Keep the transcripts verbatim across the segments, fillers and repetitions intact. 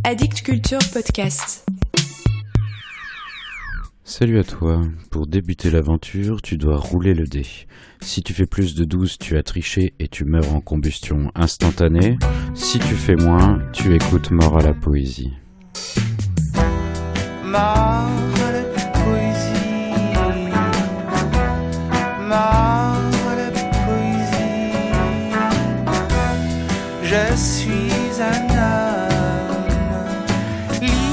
Addict Culture Podcast. Salut à toi. Pour débuter l'aventure, tu dois rouler le dé. Si tu fais plus de douze, tu as triché et tu meurs en combustion instantanée. Si tu fais moins, tu écoutes Mort à la poésie. Mort à la poésie. Mort à la poésie. Je suis un homme libre.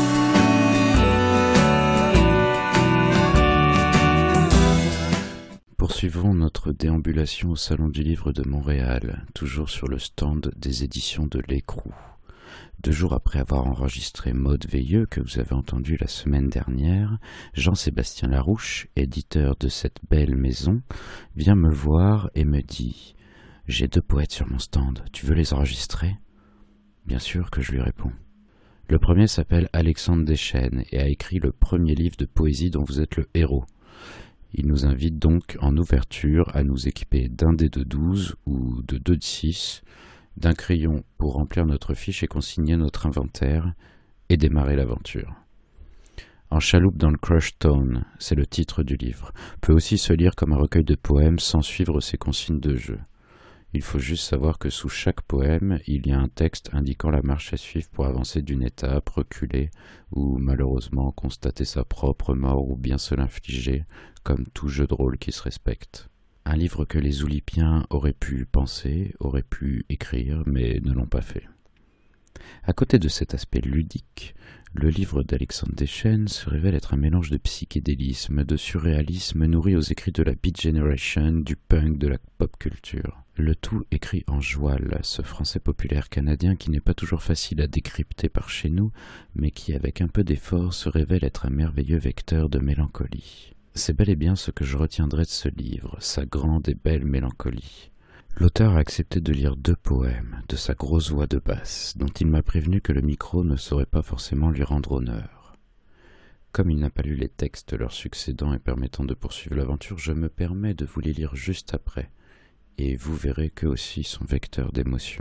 Poursuivons notre déambulation au Salon du Livre de Montréal, toujours sur le stand des éditions de L'Écrou. Deux jours après avoir enregistré Maude Veilleux, que vous avez entendu la semaine dernière, Jean-Sébastien Larouche, éditeur de cette belle maison, vient me voir et me dit « J'ai deux poètes sur mon stand, tu veux les enregistrer ?» Bien sûr que je lui réponds. Le premier s'appelle Alexandre Deschênes et a écrit le premier livre de poésie dont vous êtes le héros. Il nous invite donc en ouverture à nous équiper d'un dé de douze ou de deux de six, d'un crayon pour remplir notre fiche et consigner notre inventaire et démarrer l'aventure. En chaloupe dans le Crush Town, c'est le titre du livre, peut aussi se lire comme un recueil de poèmes sans suivre ses consignes de jeu. Il faut juste savoir que sous chaque poème, il y a un texte indiquant la marche à suivre pour avancer d'une étape, reculer, ou malheureusement constater sa propre mort ou bien se l'infliger, comme tout jeu de rôle qui se respecte. Un livre que les Oulipiens auraient pu penser, auraient pu écrire, mais ne l'ont pas fait. À côté de cet aspect ludique, le livre d'Alexandre Deschênes se révèle être un mélange de psychédélisme, de surréalisme nourri aux écrits de la Beat Generation, du punk, de la pop culture. Le tout écrit en joual, ce français populaire canadien qui n'est pas toujours facile à décrypter par chez nous, mais qui, avec un peu d'effort, se révèle être un merveilleux vecteur de mélancolie. C'est bel et bien ce que je retiendrai de ce livre, sa grande et belle mélancolie. L'auteur a accepté de lire deux poèmes, de sa grosse voix de basse, dont il m'a prévenu que le micro ne saurait pas forcément lui rendre honneur. Comme il n'a pas lu les textes leur succédant et permettant de poursuivre l'aventure, je me permets de vous les lire juste après, et vous verrez qu'eux aussi sont vecteurs d'émotions.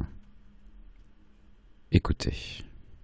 Écoutez.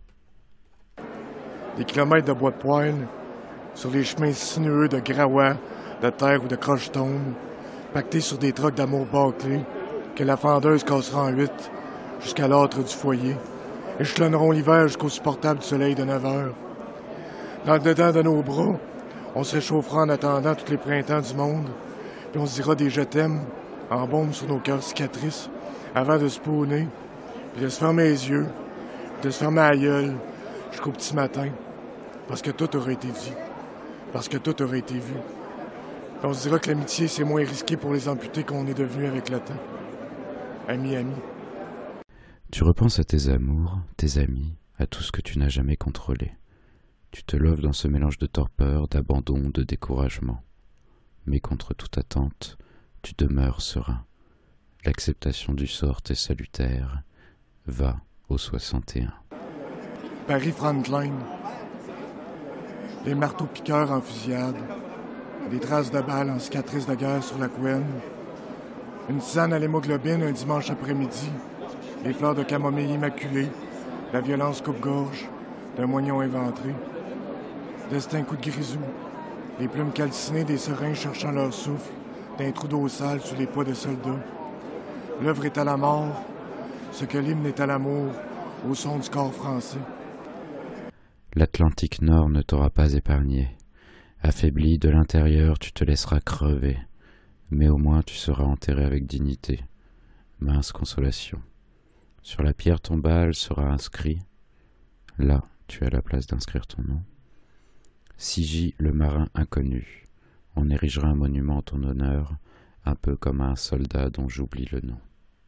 Des kilomètres de bois de poêle, sur les chemins sinueux de Graois, de terre ou de croche-tombe, pactés sur des trocs d'amour bâclés, que la fendeuse cassera en huit, jusqu'à l'âtre du foyer, échelonneront l'hiver jusqu'au supportable du soleil de neuf heures. Dans le dedans de nos bras, on se réchauffera en attendant tous les printemps du monde, puis on se dira des « je t'aime » en baume sur nos cœurs cicatrices, avant de se pauner, puis de se fermer les yeux, puis de se fermer la gueule, jusqu'au petit matin, parce que tout aurait été dit, parce que tout aurait été vu. Puis on se dira que l'amitié, c'est moins risqué pour les amputés qu'on est devenu avec le temps. Ami, ami. Tu repenses à tes amours, tes amis, à tout ce que tu n'as jamais contrôlé. Tu te loves dans ce mélange de torpeur, d'abandon, de découragement. Mais contre toute attente, tu demeures serein. L'acceptation du sort est salutaire. Va au soixante et un. Paris Frontline. Les marteaux-piqueurs en fusillade. Des traces de balles en cicatrices de guerre sur la couenne. Une tisane à l'hémoglobine un dimanche après-midi. Les fleurs de camomille immaculées. La violence coupe-gorge d'un moignon éventré. Destin coup de grisou. Les plumes calcinées des seringues cherchant leur souffle d'un trou d'eau sale sous les pas de soldats. L'œuvre est à la mort, ce que l'hymne est à l'amour, au son du corps français. L'Atlantique Nord ne t'aura pas épargné. Affaibli de l'intérieur, tu te laisseras crever. Mais au moins tu seras enterré avec dignité. Mince consolation. Sur la pierre tombale sera inscrit. Là, tu as la place d'inscrire ton nom. Sigi le marin inconnu. On érigera un monument en ton honneur, un peu comme à un soldat dont j'oublie le nom.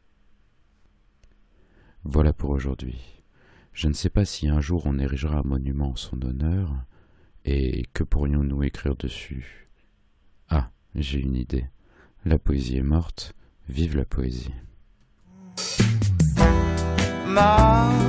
Voilà pour aujourd'hui. Je ne sais pas si un jour on érigera un monument en son honneur, et que pourrions-nous écrire dessus? Ah, j'ai une idée. La poésie est morte, vive la poésie. Mort